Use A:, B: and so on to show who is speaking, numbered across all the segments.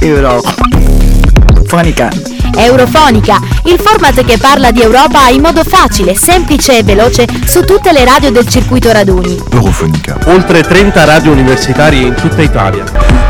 A: Eurofonica.
B: Eurofonica, il format che parla di Europa in modo facile, semplice e veloce su tutte le radio del circuito raduni.
C: Eurofonica.
D: Oltre 30 radio universitarie in tutta Italia.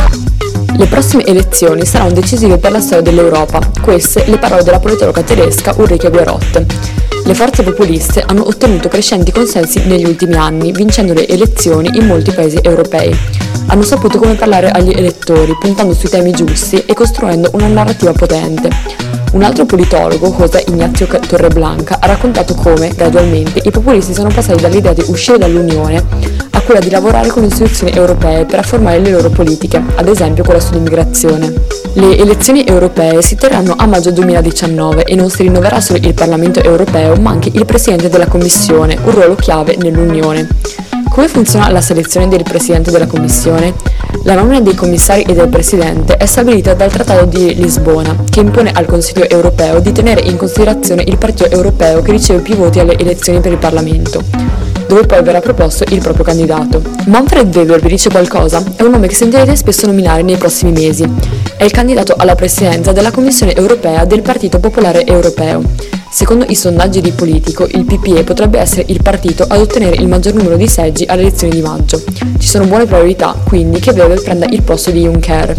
E: Le prossime elezioni saranno decisive per la storia dell'Europa. Queste le parole della politologa tedesca Ulrike Guerot. Le forze populiste hanno ottenuto crescenti consensi negli ultimi anni, vincendo le elezioni in molti paesi europei. Hanno saputo come parlare agli elettori, puntando sui temi giusti e costruendo una narrativa potente. Un altro politologo, José Ignacio Torreblanca, ha raccontato come, gradualmente, i populisti sono passati dall'idea di uscire dall'Unione a quella di lavorare con le istituzioni europee per affermare le loro politiche, ad esempio quella sull'immigrazione. Le elezioni europee si terranno a maggio 2019 e non si rinnoverà solo il Parlamento europeo, ma anche il Presidente della Commissione, un ruolo chiave nell'Unione. Come funziona la selezione del Presidente della Commissione? La nomina dei commissari e del Presidente è stabilita dal Trattato di Lisbona, che impone al Consiglio europeo di tenere in considerazione il partito europeo che riceve più voti alle elezioni per il Parlamento, dove poi verrà proposto il proprio candidato. Manfred Weber vi dice qualcosa? È un nome che sentirete spesso nominare nei prossimi mesi. È il candidato alla presidenza della Commissione europea del Partito Popolare Europeo. Secondo i sondaggi di Politico, il PPE potrebbe essere il partito ad ottenere il maggior numero di seggi alle elezioni di maggio. Ci sono buone probabilità, quindi, che Weber prenda il posto di Juncker.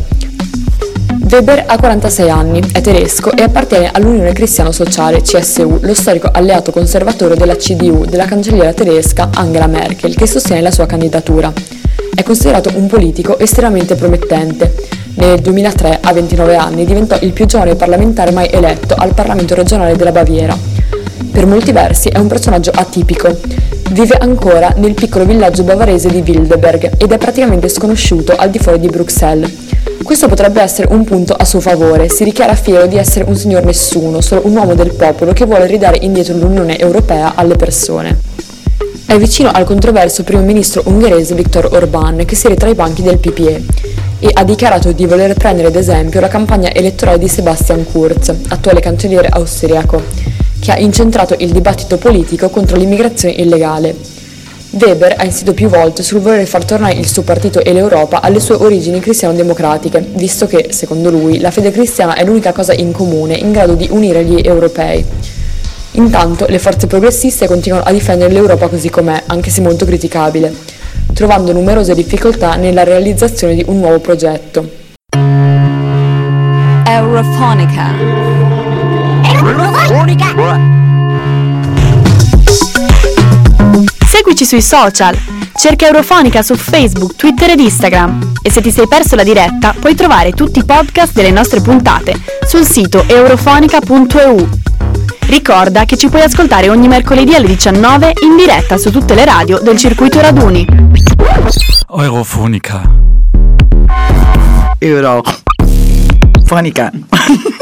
E: Weber ha 46 anni, è tedesco e appartiene all'Unione Cristiano Sociale, CSU, lo storico alleato conservatore della CDU della cancelliera tedesca Angela Merkel, che sostiene la sua candidatura. È considerato un politico estremamente promettente. Nel 2003, a 29 anni, diventò il più giovane parlamentare mai eletto al Parlamento regionale della Baviera. Per molti versi è un personaggio atipico. Vive ancora nel piccolo villaggio bavarese di Wildeberg ed è praticamente sconosciuto al di fuori di Bruxelles. Questo potrebbe essere un punto a suo favore, si dichiara fiero di essere un signor nessuno, solo un uomo del popolo che vuole ridare indietro l'Unione Europea alle persone. È vicino al controverso primo ministro ungherese Viktor Orbán, che siede tra i banchi del PPE, e ha dichiarato di voler prendere ad esempio la campagna elettorale di Sebastian Kurz, attuale cancelliere austriaco, che ha incentrato il dibattito politico contro l'immigrazione illegale. Weber ha insistito più volte sul voler far tornare il suo partito e l'Europa alle sue origini cristiano-democratiche, visto che, secondo lui, la fede cristiana è l'unica cosa in comune in grado di unire gli europei. Intanto, le forze progressiste continuano a difendere l'Europa così com'è, anche se molto criticabile, trovando numerose difficoltà nella realizzazione di un nuovo progetto.
B: Eurofonica. Seguici sui social, cerca Eurofonica su Facebook, Twitter ed Instagram. E se ti sei perso la diretta, puoi trovare tutti i podcast delle nostre puntate sul sito eurofonica.eu. Ricorda che ci puoi ascoltare ogni mercoledì alle 19 in diretta su tutte le radio del circuito raduni.
C: Eurofonica.
A: Eurofonica.